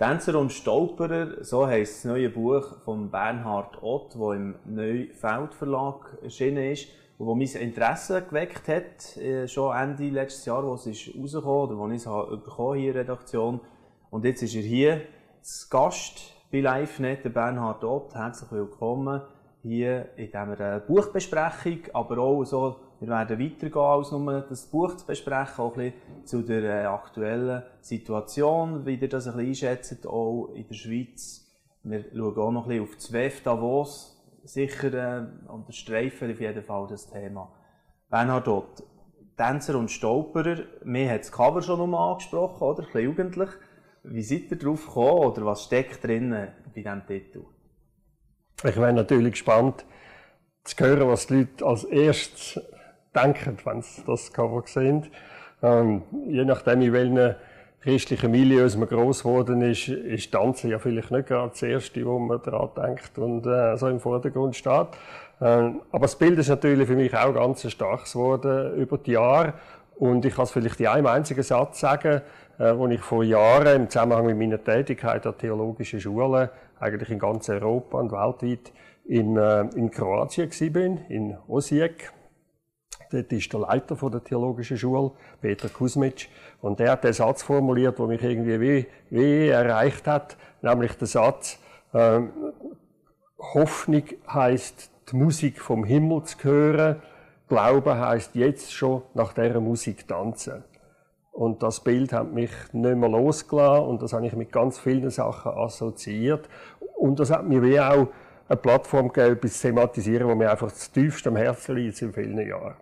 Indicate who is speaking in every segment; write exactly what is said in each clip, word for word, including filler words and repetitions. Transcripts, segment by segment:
Speaker 1: Tänzer und Stolperer, so heisst das neue Buch von Bernhard Ott, das im Neufeld Verlag erschienen ist und das mein Interesse geweckt hat, äh, schon Ende letztes Jahr, als es rausgekommen ist, oder als ich es bekommen hier in der Redaktion. Und jetzt ist er hier, zu Gast bei LiveNet, der Bernhard Ott. Herzlich willkommen hier in dieser Buchbesprechung, aber auch so, wir werden weitergehen, als nur das Buch zu besprechen, auch ein bisschen zu der aktuellen Situation, wie ihr das ein bisschen einschätzt, auch in der Schweiz. Wir schauen auch noch ein bisschen auf das W E F Davos, sicher äh, unterstreifen auf jeden Fall das Thema. Bernhard Ott, Tänzer und Stolperer, mir hat das Cover schon nochmal angesprochen, oder? Ein bisschen jugendlich. Wie seid ihr darauf gekommen, oder was steckt drin bei diesem Titel?
Speaker 2: Ich wäre natürlich gespannt zu hören, was die Leute als erstes denken, wenn sie das Cover sehen. Ähm, je nachdem, in welchen christlichen Milieus man gross geworden ist, ist Tanzen ja vielleicht nicht gerade das Erste, wo man daran denkt und äh, so im Vordergrund steht. Ähm, aber das Bild ist natürlich für mich auch ganz stark geworden über die Jahre. Und ich kann es vielleicht in einem einzigen Satz sagen, äh, wo ich vor Jahren im Zusammenhang mit meiner Tätigkeit an theologischen Schulen, eigentlich in ganz Europa und weltweit, in, äh, in Kroatien war, in Osijek. Dort ist der Leiter von der theologischen Schule, Peter Kuzmic, und der hat den Satz formuliert, der mich irgendwie wie, wie erreicht hat, nämlich der Satz, äh, Hoffnung heisst, die Musik vom Himmel zu hören, Glaube heisst jetzt schon nach dieser Musik tanzen. Und das Bild hat mich nicht mehr losgelassen und das habe ich mit ganz vielen Sachen assoziiert. Und das hat mir wie auch eine Plattform gegeben, etwas zu thematisieren, wo mir einfach das tiefste am Herzen liegt in vielen Jahren.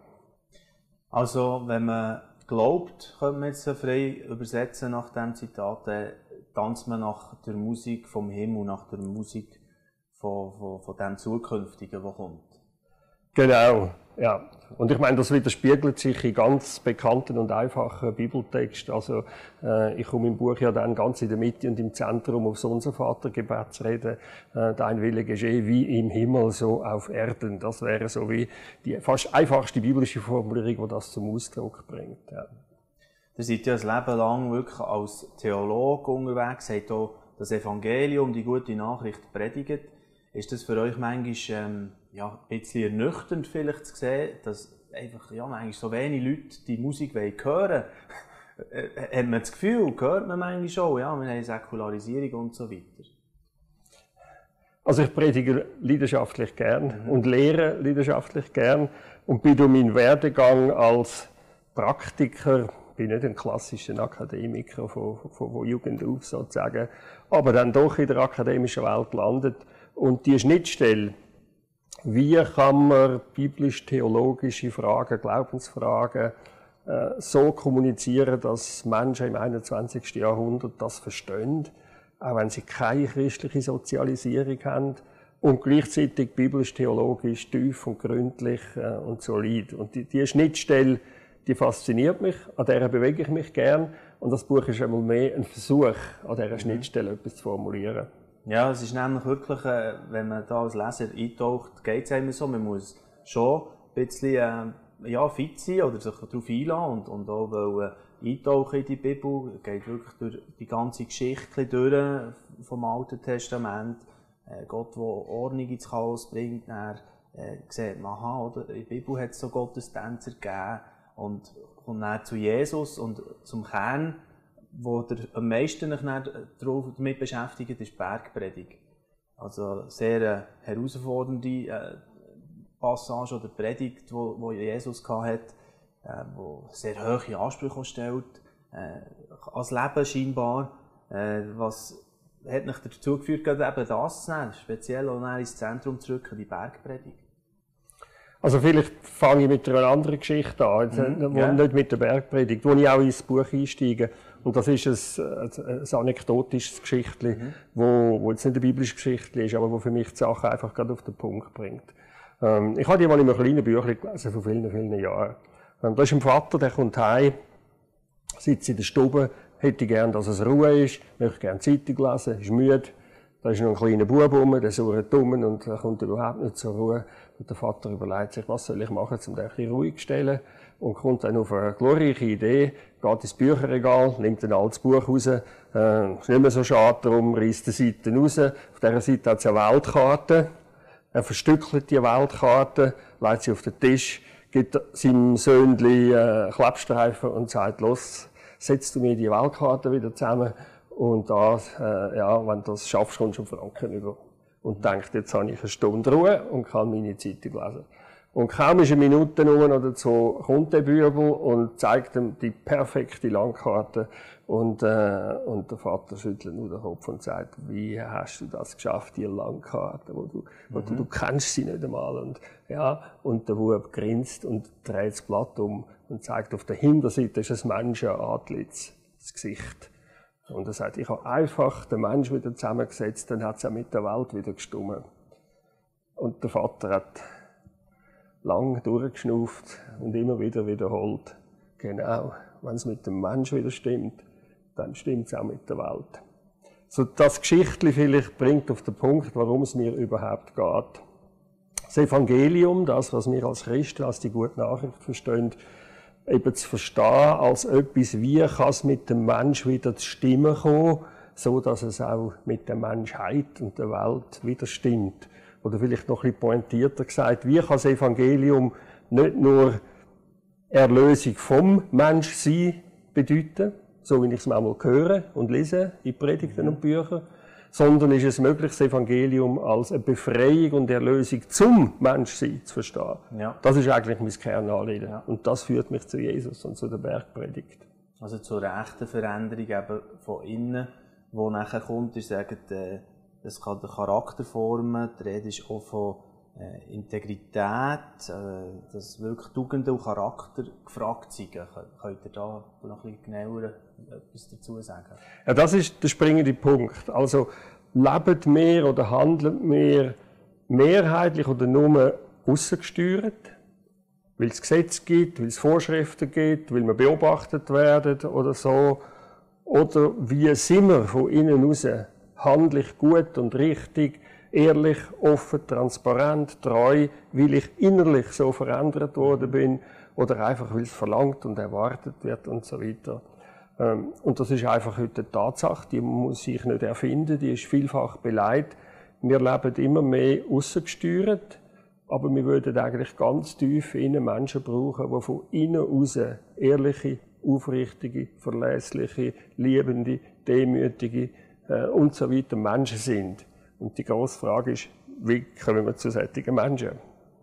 Speaker 1: Also, wenn man glaubt, könnte man jetzt frei übersetzen nach diesem Zitat, äh, tanzt man nach der Musik vom Himmel, nach der Musik von, von, von dem Zukünftigen, der kommt.
Speaker 2: Genau, ja. Und ich meine, das widerspiegelt sich in ganz bekannten und einfachen Bibeltexten. Also, äh, ich komme im Buch ja dann ganz in der Mitte und im Zentrum aufs Unser Vatergebet zu reden. Äh, Dein Wille geschehe wie im Himmel, so auf Erden. Das wäre so wie die fast einfachste biblische Formulierung, die das zum Ausdruck bringt. Ja.
Speaker 1: Ihr seid ja ein Leben lang wirklich als Theologe unterwegs, habt auch das Evangelium, die gute Nachricht predigt. Ist das für euch manchmal ähm, ja, ein bisschen ernüchternd vielleicht zu sehen, dass einfach ja, manchmal so wenige Leute die Musik hören wollen? Hat man das Gefühl, hört man manchmal schon, ja, wir haben Säkularisierung und so weiter?
Speaker 2: Also ich predige leidenschaftlich gern mhm. und lehre leidenschaftlich gern und bin durch meinen Werdegang als Praktiker, bin nicht ein klassischer Akademiker von, von, von Jugend auf sozusagen, aber dann doch in der akademischen Welt gelandet. Und die Schnittstelle, wie kann man biblisch-theologische Fragen, Glaubensfragen äh, so kommunizieren, dass Menschen im einundzwanzigsten Jahrhundert das verstehen, auch wenn sie keine christliche Sozialisierung haben und gleichzeitig biblisch-theologisch tief und gründlich äh, und solid. Und die, die Schnittstelle, die fasziniert mich, an der bewege ich mich gern und das Buch ist einmal mehr ein Versuch, an dieser Schnittstelle etwas zu formulieren.
Speaker 1: Ja, es ist nämlich wirklich, äh, wenn man da als Leser eintaucht, geht es einem so, man muss schon ein bisschen äh, ja, fit sein oder sich darauf einlassen und, und auch wollen, äh, eintauchen in die Bibel. Es geht wirklich durch die ganze Geschichte durch vom Alten Testament. Äh, Gott, der Ordnung ins Chaos bringt, dann äh, sieht man, aha, oder, in der Bibel hat es so Gottestänzer gegeben und kommt dann zu Jesus und zum Kern, wo der am meisten damit beschäftigt, ist die Bergpredigt. Also sehr eine herausfordernde äh, Passage oder Predigt, die wo, wo Jesus hatte, äh, wo sehr hohe Ansprüche stellt, äh, als Leben scheinbar. Äh, was hat mich dazu geführt, gerade eben das zu nehmen, speziell auch ins Zentrum zu rücken, die Bergpredigt?
Speaker 2: Also vielleicht fange ich mit einer anderen Geschichte an, mhm, wo, ja. nicht mit der Bergpredigt, wo ich auch ins Buch einsteige. Und das ist ein, ein anekdotisches Geschichtchen, mhm. wo, wo jetzt nicht eine biblische Geschichte ist, aber wo für mich die Sache einfach gerade auf den Punkt bringt. Ähm, ich habe die mal in einem kleinen Büchlein gelesen, vor vielen, vielen Jahren. Ähm, da ist ein Vater, der kommt heim, sitzt in der Stube, hätte gern, dass es Ruhe ist, möchte gerne Zeitung lesen, ist müde, Da ist noch ein kleiner Bub rum, der surrt dumm und er kommt überhaupt nicht zur Ruhe. Und der Vater überlegt sich, was soll ich machen, um den ein bisschen ruhig zu stellen. Und kommt dann auf eine glorreiche Idee, geht ins Bücherregal, nimmt ein altes Buch raus, äh, ist nicht mehr so schade darum, reißt die Seiten raus. Auf dieser Seite hat es eine Weltkarte. Er verstückelt die Weltkarte, legt sie auf den Tisch, gibt seinem Söhnchen äh, Klebstreifen und sagt, los, setzt du mir die Weltkarte wieder zusammen und das, äh, ja, wenn du das schaffst, kommst du um Franken über. Und denkt, jetzt habe ich eine Stunde Ruhe und kann meine Zeitung lesen. Und kaum ist eine Minute rum oder so, kommt der Bübel und zeigt ihm die perfekte Landkarte. Und, äh, und der Vater schüttelt nur den Kopf und sagt, wie hast du das geschafft, die Landkarte, wo du, wo mhm. du, du kennst sie nicht einmal. Und, ja, und der Bub grinst und dreht das Blatt um und zeigt, auf der Hinterseite ist ein Menschenantlitz, das Gesicht. Und er sagt, ich habe einfach den Menschen wieder zusammengesetzt, dann hat es auch mit der Welt wieder gestimmt. Und der Vater hat lang durchgeschnauft und immer wieder wiederholt. Genau, wenn es mit dem Menschen wieder stimmt, dann stimmt es auch mit der Welt. So, das Geschichtli vielleicht bringt auf den Punkt, warum es mir überhaupt geht. Das Evangelium, das, was wir als Christen als die gute Nachricht verstehen, eben zu verstehen als etwas, wie kann es mit dem Menschen wieder zu Stimmen kommen, so dass es auch mit der Menschheit und der Welt wieder stimmt. Oder vielleicht noch ein bisschen pointierter gesagt, wie kann das Evangelium nicht nur Erlösung vom Menschsein bedeuten, so wie ich es manchmal höre und lese in Predigten und Büchern, sondern ist es möglich, das Evangelium als eine Befreiung und Erlösung zum Menschsein zu verstehen. Ja. Das ist eigentlich mein Kernanliegen. Ja. Und das führt mich zu Jesus und zu der Bergpredigt.
Speaker 1: Also zu einer echten Veränderung eben von innen, die nachher kommt, ihr sagt, äh, das kann den Charakter formen, die Rede ist auch von äh, Integrität, äh, dass wirklich Tugenden und Charakter gefragt sind. Könnt ihr da noch ein bisschen genauer etwas dazu sagen?
Speaker 2: Ja, das ist der springende Punkt. Also, leben wir oder handeln wir mehrheitlich oder nur aussengesteuert, weil es Gesetze gibt, weil es Vorschriften gibt, weil wir beobachtet werden oder so? Oder wie sind wir von innen raus? Handle ich gut und richtig, ehrlich, offen, transparent, treu, weil ich innerlich so verändert worden bin oder einfach, weil es verlangt und erwartet wird und so weiter. Und das ist einfach heute eine Tatsache, die muss ich nicht erfinden, die ist vielfach beleidigt. Wir leben immer mehr aussengesteuert, aber wir würden eigentlich ganz tief innen Menschen brauchen, die von innen raus ehrliche, aufrichtige, verlässliche, liebende, demütige, und so weiter Menschen sind. Und die grosse Frage ist, wie kommen wir zu solchen Menschen?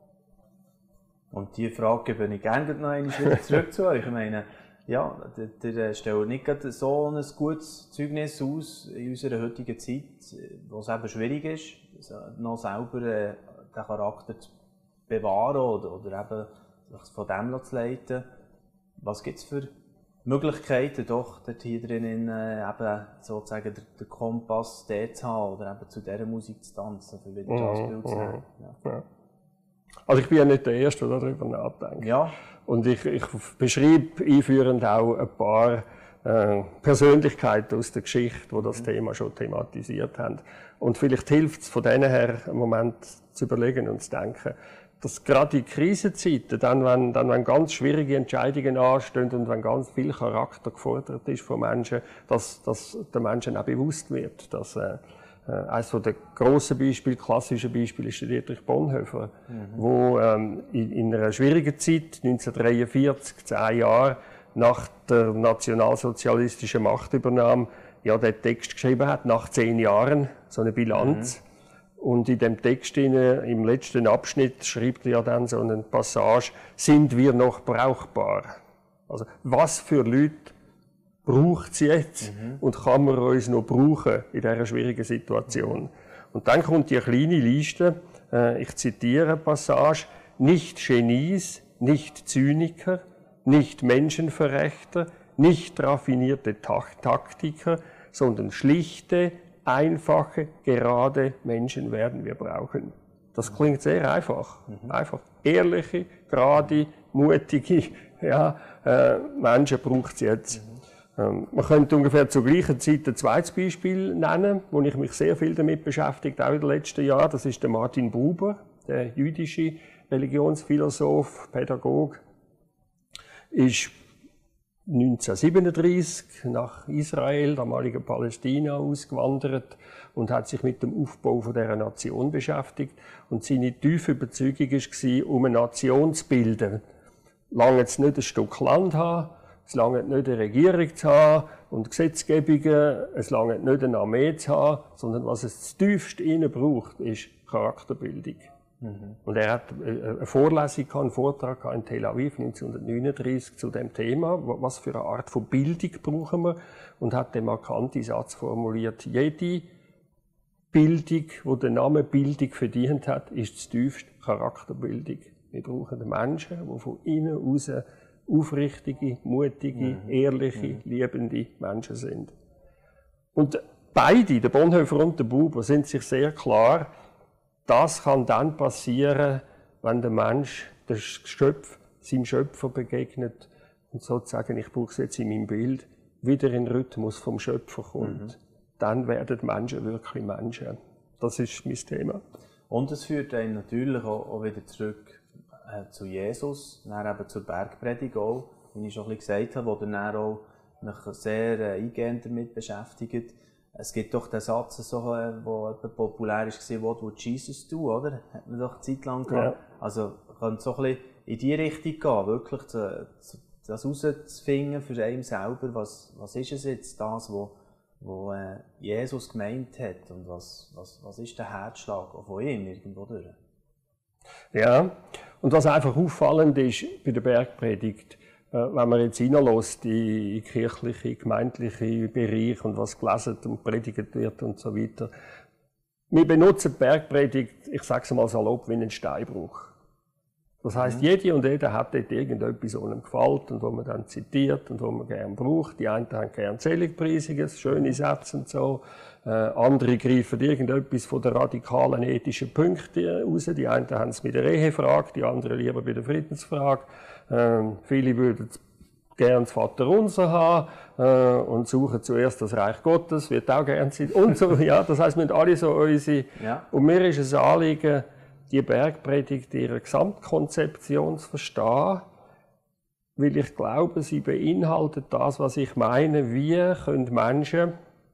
Speaker 1: Und diese Frage gebe ich gerne noch einmal wieder zurück zu euch. Ich meine, ja, ihr stellt nicht gerade so ein gutes Zeugnis aus in unserer heutigen Zeit, wo es eben schwierig ist, noch selber den Charakter zu bewahren oder, oder eben sich von dem zu leiten. Was gibt es für Möglichkeiten, doch dort hier drinnen äh, eben sozusagen den, den Kompass der zu haben oder eben zu dieser Musik zu tanzen, für wieder das
Speaker 2: mhm,
Speaker 1: Bild zu nehmen. Ja.
Speaker 2: Ja. Also ich bin ja nicht der Erste, der darüber nachdenkt.
Speaker 1: Ja.
Speaker 2: Und ich, ich beschreibe einführend auch ein paar äh, Persönlichkeiten aus der Geschichte, die das mhm. Thema schon thematisiert haben. Und vielleicht hilft es von denen her, einen Moment zu überlegen und zu denken, dass gerade in Krisenzeiten, dann wenn, dann wenn ganz schwierige Entscheidungen anstehen und wenn ganz viel Charakter gefordert ist von Menschen, dass, dass der Menschen auch bewusst wird, dass äh, eines der grossen Beispiele, klassischen Beispiele ist der Dietrich Bonhoeffer, mhm. wo ähm, in, in einer schwierigen Zeit, neunzehnhundertdreiundvierzig, zehn Jahre nach der nationalsozialistischen Machtübernahme, ja, den Text geschrieben hat, nach zehn Jahren, so eine Bilanz. Mhm. Und in dem Text, im letzten Abschnitt, schreibt er ja dann so eine Passage, sind wir noch brauchbar? Also, was für Leute braucht es jetzt mhm. und kann man uns noch brauchen in dieser schwierigen Situation? Mhm. Und dann kommt die kleine Liste, äh, ich zitiere eine Passage, nicht Genies, nicht Zyniker, nicht Menschenverächter, nicht raffinierte Taktiker, sondern schlichte, einfache, gerade Menschen werden wir brauchen. Das klingt sehr einfach. Mhm. Einfach ehrliche, gerade, mutige ja, äh, Menschen braucht es jetzt. Mhm. Ähm, man könnte ungefähr zur gleichen Zeit ein zweites Beispiel nennen, wo ich mich sehr viel damit beschäftigt, auch in den letzten Jahren. Das ist der Martin Buber, der jüdische Religionsphilosoph, Pädagoge, ist neunzehnhundertsiebenunddreißig nach Israel, damaliger Palästina, ausgewandert und hat sich mit dem Aufbau von dieser Nation beschäftigt. Und seine tiefe Überzeugung war, um eine Nation zu bilden, lange es nicht ein Stück Land haben, es lange nicht eine Regierung zu haben und Gesetzgebungen, es lange nicht eine Armee zu haben, sondern was es tiefst innen braucht, ist Charakterbildung. Mhm. Und er hat eine Vorlesung, einen Vortrag in Tel Aviv neunzehnhundertneununddreißig zu dem Thema, was für eine Art von Bildung brauchen wir, und hat den markanten Satz formuliert: Jede Bildung, die den Namen Bildung verdient hat, ist zutiefst Charakterbildung. Wir brauchen Menschen, die von innen heraus aufrichtige, mutige, mhm. ehrliche, mhm. liebende Menschen sind. Und beide, der Bonhoeffer und der Buber, sind sich sehr klar, das kann dann passieren, wenn der Mensch, der Geschöpf, seinem Schöpfer begegnet und sozusagen, ich brauche es jetzt in meinem Bild, wieder in den Rhythmus vom Schöpfer kommt. Mhm. Dann werden Menschen wirklich Menschen. Das ist mein Thema.
Speaker 1: Und es führt einen natürlich auch wieder zurück äh, zu Jesus, dann eben zur Bergpredigt auch, wie ich schon ein bisschen gesagt habe, wo dann auch mich sehr äh, eingehend damit beschäftigt. Es gibt doch den Satz, so, der äh, populär war, «What would Jesus do?» oder? Hat man doch eine Zeit lang gehabt. Ja. Also könnte so ein bisschen in die Richtung gehen, wirklich zu, zu, das herauszufinden für einen selber, was, was ist es jetzt, das, wo, wo äh, Jesus gemeint hat, und was, was, was ist der Herzschlag auch von ihm irgendwo durch?
Speaker 2: Ja, und was einfach auffallend ist bei der Bergpredigt, wenn man jetzt hineinlässt in den kirchlichen, gemeindlichen Bereich und was gelesen und predigt wird und so weiter. Wir benutzen die Bergpredigt, ich sage es mal salopp, wie einen Steinbruch. Das heisst, mhm. jede und jeder hat dort irgendetwas, was ihm gefällt und was man dann zitiert und was man gerne braucht. Die einen haben gerne Seligpreisungen, schöne Sätze und so. Äh, andere greifen irgendetwas von den radikalen ethischen Punkten raus. Die einen haben es mit der Ehefrage, die anderen lieber bei der Friedensfrage. Ähm, viele würden gerne das Vaterunser haben äh, und suchen zuerst das Reich Gottes, wird auch gerne sein. Und so, ja, das heisst, wir haben alle so unsere. Ja. Und mir ist es ein Anliegen, die Bergpredigt ihre Gesamtkonzeption zu verstehen, weil ich glaube, sie beinhaltet das, was ich meine, wie können Menschen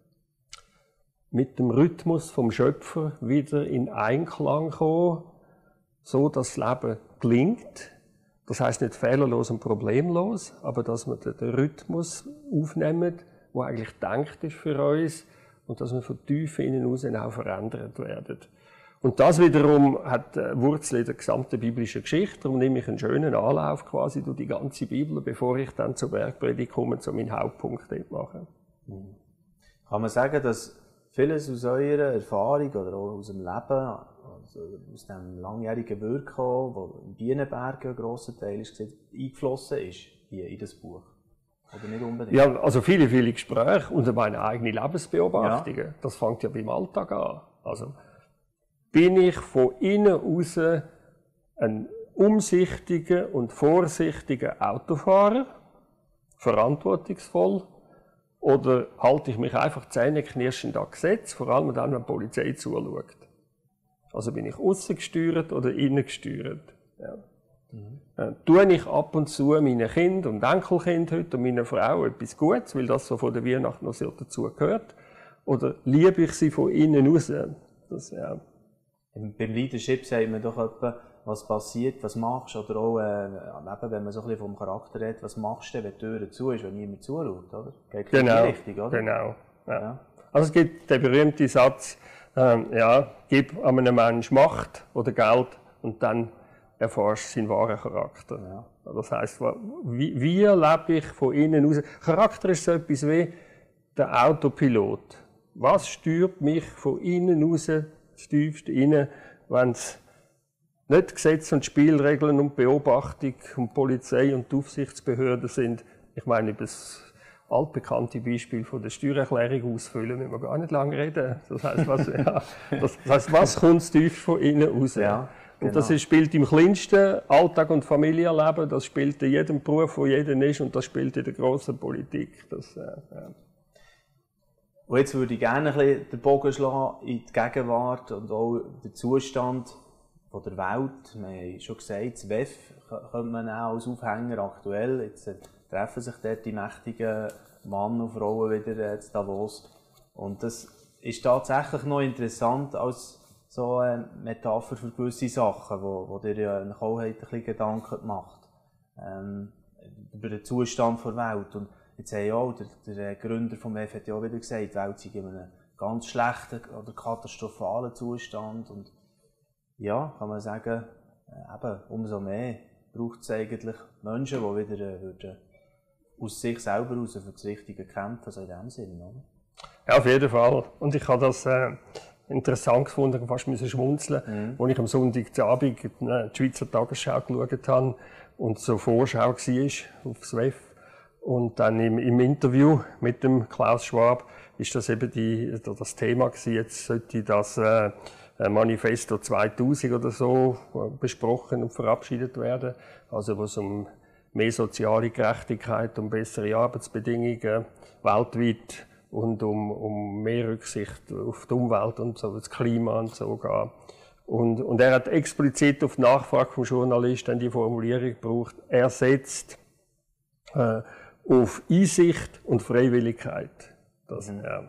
Speaker 2: mit dem Rhythmus vom Schöpfer wieder in Einklang kommen, so dass das Leben gelingt. Das heisst nicht fehlerlos und problemlos, aber dass wir den Rhythmus aufnehmen, der eigentlich gedacht ist für uns, und dass wir von tief innen raus auch verändert werden. Und das wiederum hat Wurzel in der gesamten biblischen Geschichte. Darum nehme ich einen schönen Anlauf quasi durch die ganze Bibel, bevor ich dann zur Bergpredigt komme, um meinen Hauptpunkt dort machen.
Speaker 1: Mhm. Kann man sagen, dass vieles aus eurer Erfahrung oder auch aus dem Leben, also aus dem langjährigen Wirken, wo im Bienenberg ein grosser Teil ist, eingeflossen ist hier in das Buch? Oder nicht unbedingt?
Speaker 2: Ja, also viele, viele Gespräche und meine eigenen Lebensbeobachtungen. Ja. Das fängt ja beim Alltag an. Also, bin ich von innen raus ein umsichtiger und vorsichtiger Autofahrer, verantwortungsvoll, oder halte ich mich einfach zähneknirschend an Gesetz, vor allem dann, wenn die Polizei zuschaut? Also bin ich aussen gesteuert oder innen gesteuert? Ja. Mhm. Äh, tue ich ab und zu meinen Kindern und Enkelkindern heute und meiner Frau etwas Gutes, weil das so von der Weihnacht noch so dazu gehört? Oder liebe ich sie von innen raus? Das, ja.
Speaker 1: Beim Leadership sagt man doch etwa, was passiert, was machst du, oder auch, äh, wenn man so ein bisschen vom Charakter redet, was machst du, wenn die Tür zu ist, wenn niemand zuschaut, oder? Geht
Speaker 2: genau,
Speaker 1: in die Richtung, oder?
Speaker 2: Genau, ja. Ja. Also es gibt den berühmten Satz, ähm, ja, gib einem Menschen Macht oder Geld und dann erfährst du seinen wahren Charakter. Ja. Das heisst, wie, wie lebe ich von innen raus? Charakter ist so etwas wie der Autopilot. Was steuert mich von innen raus, das tiefste innen, wenn es nicht Gesetze und Spielregeln und Beobachtung und Polizei und die Aufsichtsbehörden sind. Ich meine, über das altbekannte Beispiel von der Steuererklärung ausfüllen, müssen wir gar nicht lange reden. Das heisst, was, ja, das, das heisst, was kommt tief von innen raus?
Speaker 1: Ja, genau.
Speaker 2: Und das ist, spielt im kleinsten Alltag und Familienleben, das spielt in jedem Beruf, wo jeder ist, und das spielt in der grossen Politik. Das, äh, ja.
Speaker 1: Und jetzt würde ich gerne ein bisschen den Bogen schlagen in die Gegenwart und auch den Zustand von der Welt. Wir haben schon gesagt, das W E F könnte man auch als Aufhänger aktuell. Jetzt treffen sich dort die mächtigen Mann und Frauen wieder in Davos. Und das ist tatsächlich noch interessant als so eine Metapher für gewisse Sachen, wo, wo dir ja eine Kohlheit ein bisschen Gedanken macht. Ähm, über den Zustand der Welt. Und jetzt haben ja auch der, der Gründer des W E F hat ja auch wieder gesagt, die Welt sei in einem ganz schlechten oder katastrophalen Zustand. Und ja, kann man sagen, äh, eben, umso mehr braucht es eigentlich Menschen, die wieder äh, würden aus sich selber heraus für das Richtige kämpfen, also in dem Sinne, oder?
Speaker 2: Ja, auf jeden Fall. Und ich habe das äh, interessant gefunden, fast müssen schmunzeln, mhm. als ich am Sonntagabend die Schweizer Tagesschau geschaut habe und so Vorschau war auf das W E F. Und dann im, im Interview mit dem Klaus Schwab ist das eben die, das Thema gewesen. Jetzt sollte das äh, Manifesto zweitausend oder so besprochen und verabschiedet werden. Also wo es um mehr soziale Gerechtigkeit, um bessere Arbeitsbedingungen weltweit und um, um mehr Rücksicht auf die Umwelt und so, das Klima und so geht. Und, und er hat explizit auf Nachfrage vom Journalisten die Formulierung gebraucht, er setzt äh, auf Einsicht und Freiwilligkeit. Das, mhm. ja.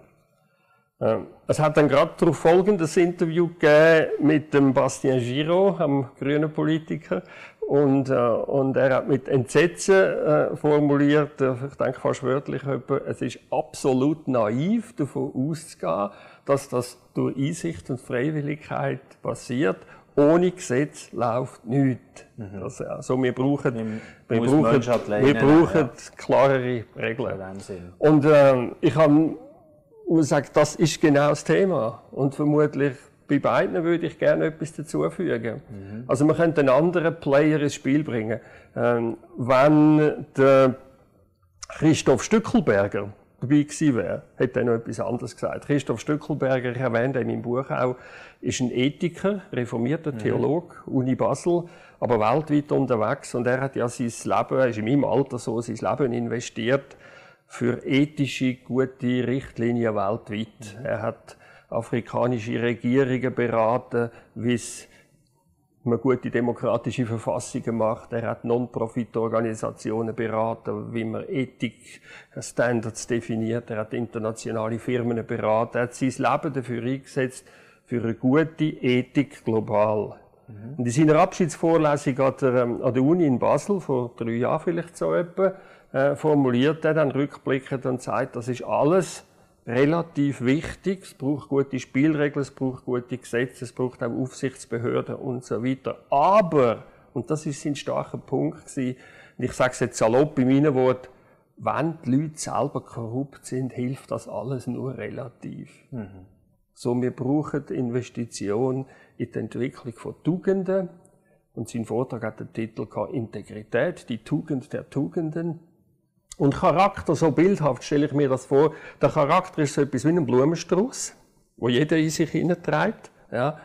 Speaker 2: äh, es hat dann gerade darauf folgendes Interview gegeben mit dem Bastien Giraud, einem grünen Politiker. Und, äh, und er hat mit Entsetzen äh, formuliert, äh, ich denke fast wörtlich, es ist absolut naiv davon auszugehen, dass das durch Einsicht und Freiwilligkeit passiert. Ohne Gesetz läuft nichts. Mhm. Das, also wir brauchen, wir, wir brauchen, wir brauchen ja. klarere Regeln. Und äh, ich habe, muss sagen, das ist genau das Thema. Und vermutlich bei beiden würde ich gerne etwas dazufügen. Mhm. Also wir könnten einen anderen Player ins Spiel bringen. Ähm, wenn der Christoph Stückelberger dabei gewesen wäre, hätte er noch etwas anderes gesagt. Christoph Stückelberger, ich erwähne in meinem Buch auch, ist ein Ethiker, reformierter Theologe, mhm. Uni Basel, aber weltweit unterwegs. Und er hat ja sein Leben, er ist in meinem Alter so, sein Leben investiert für ethische, gute Richtlinien weltweit. Mhm. Er hat afrikanische Regierungen beraten, wie es man gute demokratische Verfassungen macht. Er hat Non-Profit-Organisationen beraten, wie man Ethik-Standards definiert. Er hat internationale Firmen beraten. Er hat sein Leben dafür eingesetzt, für eine gute Ethik global. Mhm. Und in seiner Abschiedsvorlesung an der, an der Uni in Basel, vor drei Jahren vielleicht so etwa, äh, formuliert er dann rückblickend und sagt, das ist alles relativ wichtig. Es braucht gute Spielregeln, es braucht gute Gesetze, es braucht auch Aufsichtsbehörden und so weiter. Aber, und das ist sein starker Punkt gewesen, und ich sage es jetzt salopp in meinen Worten, wenn die Leute selber korrupt sind, hilft das alles nur relativ. Mhm. So, wir brauchen Investitionen in die Entwicklung von Tugenden. Und sein Vortrag hat den Titel gehabt, Integrität, die Tugend der Tugenden. Und Charakter, so bildhaft stelle ich mir das vor, der Charakter ist so etwas wie ein Blumenstrauß, wo jeder in sich hineinträgt. Ja.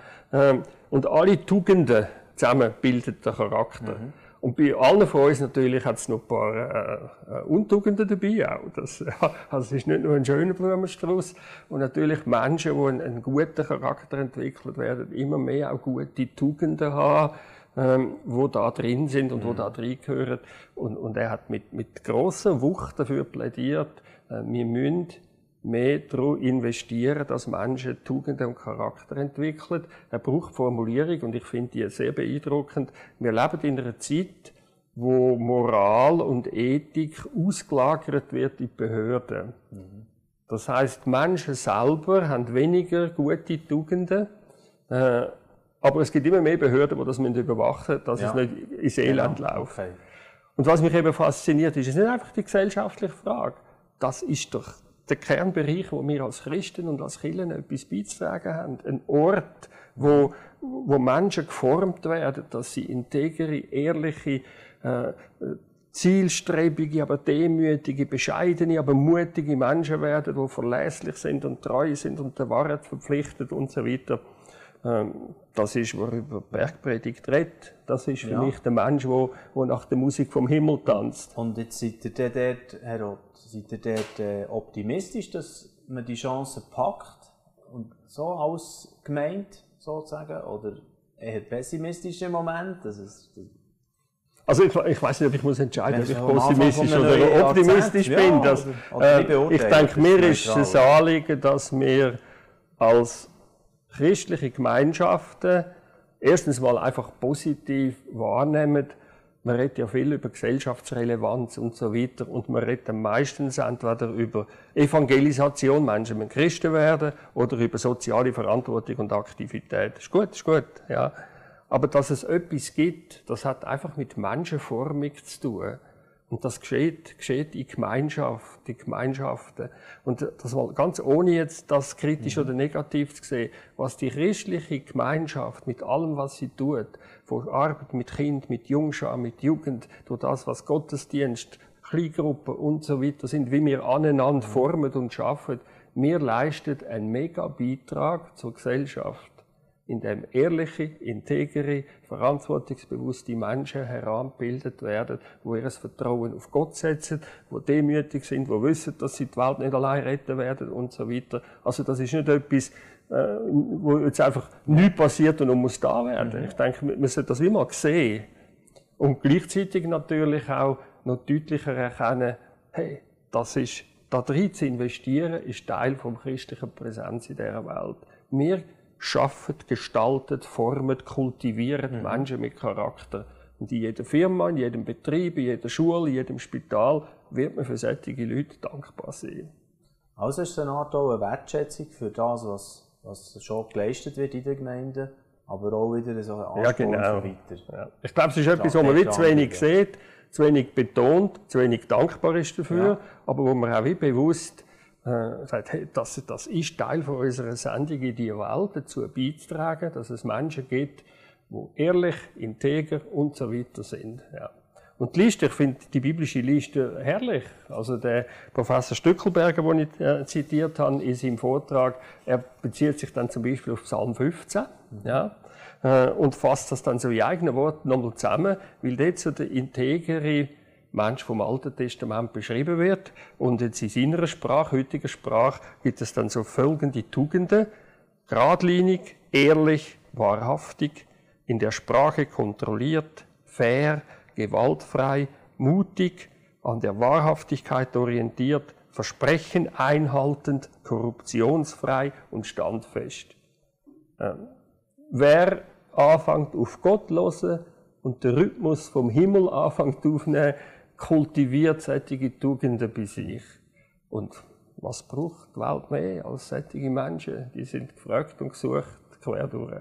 Speaker 2: Und alle Tugenden zusammen bilden den Charakter. Mhm. Und bei allen von uns natürlich hat es noch ein paar äh, Untugenden dabei auch. Das, ja, also es ist nicht nur ein schöner Blumenstrauß. Und natürlich Menschen, die einen, einen guten Charakter entwickelt werden, immer mehr auch gute Tugenden haben, ähm, wo da drin sind und mhm. wo da reingehören. Und, und er hat mit, mit grosser Wucht dafür plädiert, äh, wir müssen mehr daran investieren, dass Menschen Tugenden und Charakter entwickeln. Er braucht Formulierung und ich finde die sehr beeindruckend. Wir leben in einer Zeit, wo Moral und Ethik ausgelagert wird in die Behörden. Mhm. Das heisst, Menschen selber haben weniger gute Tugenden, äh, aber es gibt immer mehr Behörden, die das überwachen müssen, dass ja. es nicht ins Elend genau. läuft. Okay. Und was mich eben fasziniert, ist, ist nicht einfach die gesellschaftliche Frage. Das ist doch der Kernbereich, wo wir als Christen und als Kirchen etwas beizutragen haben. Ein Ort, wo, wo Menschen geformt werden, dass sie integere, ehrliche, äh, zielstrebige, aber demütige, bescheidene, aber mutige Menschen werden, die verlässlich sind und treu sind und der Wahrheit verpflichtet und so weiter. Das ist, worüber die Bergpredigt redet. Das ist für ja. mich der Mensch, der, der nach der Musik vom Himmel tanzt.
Speaker 1: Und jetzt seid ihr dort, Herr Roth, seid ihr dort äh, optimistisch, dass man die Chance packt und so als Gemeinde sozusagen, oder eher pessimistisch im Moment? Dass es,
Speaker 2: also ich, ich weiß nicht, ob ich muss entscheiden muss, ob ich pessimistisch oder optimistisch ja, bin. Dass, oder, oder äh, ich denke, mir ist es ein Anliegen, dass wir als christliche Gemeinschaften erstens mal einfach positiv wahrnehmen. Man redet ja viel über Gesellschaftsrelevanz und so weiter und man redet meistens entweder über Evangelisation, Menschen müssen Christen werden, oder über soziale Verantwortung und Aktivität. Ist gut, ist gut, ja. Aber dass es etwas gibt, das hat einfach mit Menschenformung zu tun. Und das geschieht, geschieht in Gemeinschaft, in Gemeinschaften. Und das war ganz ohne jetzt das kritisch mhm. oder negativ zu sehen, was die christliche Gemeinschaft mit allem, was sie tut, von Arbeit mit Kind, mit Jungschar, mit Jugend, durch das, was Gottesdienst, Kleingruppen und so weiter sind, wie wir aneinander mhm. formen und schaffen, wir leisten einen mega Beitrag zur Gesellschaft, in dem ehrliche, integere, verantwortungsbewusste Menschen herangebildet werden, die ihr Vertrauen auf Gott setzen, die demütig sind, die wissen, dass sie die Welt nicht allein retten werden und so weiter. Also das ist nicht etwas, äh, wo jetzt einfach nichts passiert und man muss da werden. Mhm. Ich denke, man sollte das immer sehen und gleichzeitig natürlich auch noch deutlicher erkennen, hey, das ist, da drin zu investieren, ist Teil vom christlichen Präsenz in dieser Welt. Wir schaffen, gestalten, formen, kultivieren mhm. Menschen mit Charakter. Und in jeder Firma, in jedem Betrieb, in jeder Schule, in jedem Spital wird man für solche Leute dankbar sein.
Speaker 1: Also ist es eine Art auch eine Wertschätzung für das, was, was schon geleistet wird in der Gemeinde, aber auch wieder so ein Ansporn
Speaker 2: ja, genau.
Speaker 1: für weiter.
Speaker 2: Ja. Ich glaube, es ist etwas, was man wie zu wenig sieht, zu wenig betont, zu wenig dankbar ist dafür, ja. aber wo man auch wie bewusst Äh, sagt, hey, das, das ist Teil von unserer Sendung in die Welt, dazu beizutragen, dass es Menschen gibt, die ehrlich, integer und so weiter sind. Ja. Und die Liste, ich finde die biblische Liste herrlich. Also der Professor Stückelberger, den ich äh, zitiert habe in seinem Vortrag, er bezieht sich dann zum Beispiel auf Psalm fünfzehn mhm. ja, äh, und fasst das dann so in eigenen Worten nochmal zusammen, weil dort so der integere Mensch vom Alten Testament beschrieben wird. Und jetzt in seiner Sprache, heutiger Sprache, gibt es dann so folgende Tugenden. Geradlinig, ehrlich, wahrhaftig, in der Sprache kontrolliert, fair, gewaltfrei, mutig, an der Wahrhaftigkeit orientiert, Versprechen einhaltend, korruptionsfrei und standfest. Ähm, wer anfängt auf Gott zu hören und den Rhythmus vom Himmel anfängt aufzunehmen, kultiviert solche Tugenden bei sich. Und was braucht die Welt mehr als solche Menschen? Die sind gefragt und gesucht, quer durch.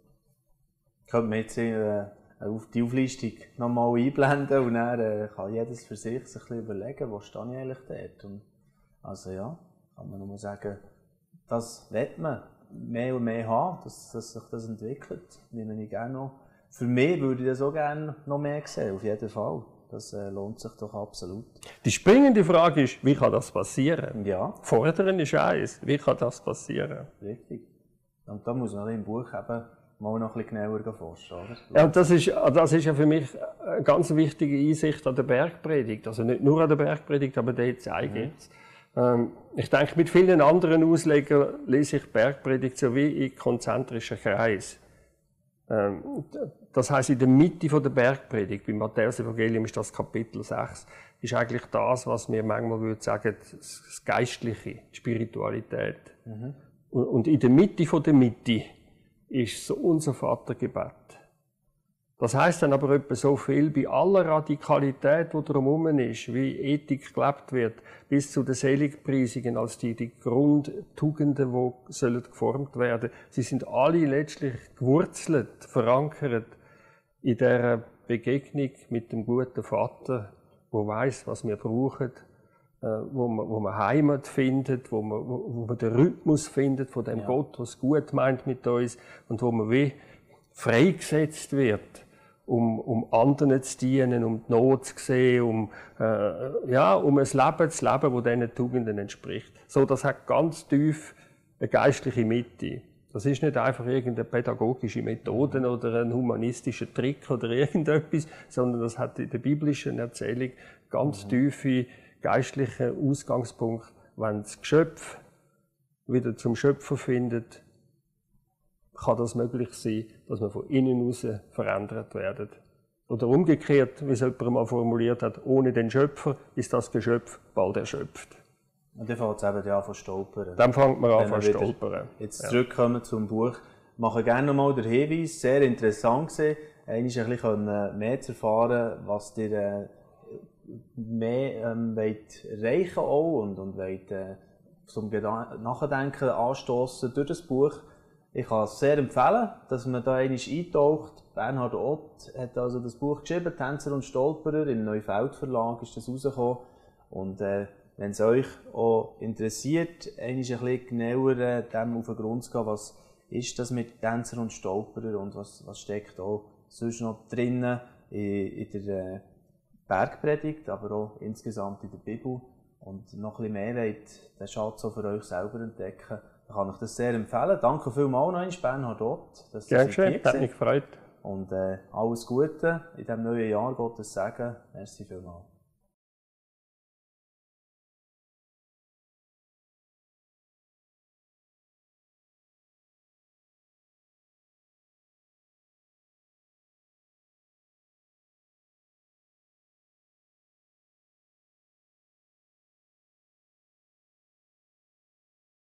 Speaker 1: Könnte man jetzt äh, auf die Auflistung nochmal einblenden und dann äh, kann jedes für sich sich ein bisschen überlegen, wo stehe ich eigentlich dort. Und also ja, kann man nur sagen, das will man mehr und mehr haben, dass, dass sich das entwickelt. Nehme ich gerne noch. Für mich würde ich das auch gerne noch mehr sehen, auf jeden Fall. Das äh, lohnt sich doch absolut.
Speaker 2: Die springende Frage ist, wie kann das passieren?
Speaker 1: Ja.
Speaker 2: Fordern ist eins, wie kann das passieren?
Speaker 1: Richtig. Und da muss man im Buch eben mal noch ein bisschen genauer forschen, oder?
Speaker 2: Ja, und das ist, das ist ja für mich eine ganz wichtige Einsicht an der Bergpredigt. Also nicht nur an der Bergpredigt, aber dort zeige ich es. Ähm, ich denke, mit vielen anderen Auslegern lese ich Bergpredigt so wie in konzentrischen Kreis. Ähm, das heisst, in der Mitte der Bergpredigt, beim Matthäus-Evangelium ist das Kapitel sechs, ist eigentlich das, was wir manchmal würde sagen, das Geistliche, die Spiritualität. Mhm. Und in der Mitte der Mitte ist so unser Vatergebet. Das heisst dann aber etwa so viel, bei aller Radikalität, die drumherum ist, wie Ethik gelebt wird, bis zu den Seligpreisungen als die, die Grundtugenden, die sollen geformt werden. Sie sind alle letztlich gewurzelt, verankert in dieser Begegnung mit dem guten Vater, der weiss, was wir brauchen, wo man, wo man Heimat findet, wo man, wo, wo man den Rhythmus findet von dem ja. Gott, der es gut meint mit uns und wo man wie freigesetzt wird, um, um anderen zu dienen, um die Not zu sehen, um, äh, ja, um ein Leben zu leben, das diesen Tugenden entspricht. So, das hat ganz tief eine geistliche Mitte. Das ist nicht einfach irgendeine pädagogische Methode oder ein humanistischer Trick oder irgendetwas, sondern das hat in der biblischen Erzählung ganz tiefe geistliche Ausgangspunkt, wenn das Geschöpf wieder zum Schöpfer findet, kann das möglich sein, dass man von innen heraus verändert werden. Oder umgekehrt, wie es jemand mal formuliert hat, ohne den Schöpfer ist das Geschöpf bald erschöpft.
Speaker 1: Und dann fängt es eben an zu stolpern.
Speaker 2: Dann fängt man an zu stolpern.
Speaker 1: Jetzt ja. Zurückkommen zum Buch. Ich mache gerne nochmal den Hinweis, sehr interessant gewesen, einmal ein bisschen mehr zu erfahren, was ihr äh, mehr ähm, wollt erreichen auch und, und wollt, äh, zum Nachdenken anstoßen durch das Buch. Ich kann es sehr empfehlen, dass man da einmal eintaucht. Bernhard Ott hat also das Buch geschrieben, «Tänzer und Stolperer», im Neufeld Verlag ist das rausgekommen. Und äh, wenn es euch auch interessiert, einmal ein bisschen genauer äh, dem auf den Grund zu gehen, was ist das mit «Tänzer und Stolperer» und was, was steckt auch sonst noch drinnen in, in der äh, Bergpredigt, aber auch insgesamt in der Bibel. Und noch ein bisschen mehr wollt, den Schatz auch für euch selber entdecken, dann kann ich das sehr empfehlen. Danke vielmals noch einmal, Bernhard Ott, dass du
Speaker 2: Gern schön, hat mich gefreut.
Speaker 1: Und äh, alles Gute in diesem neuen Jahr, Gottes Segen. Merci vielmals.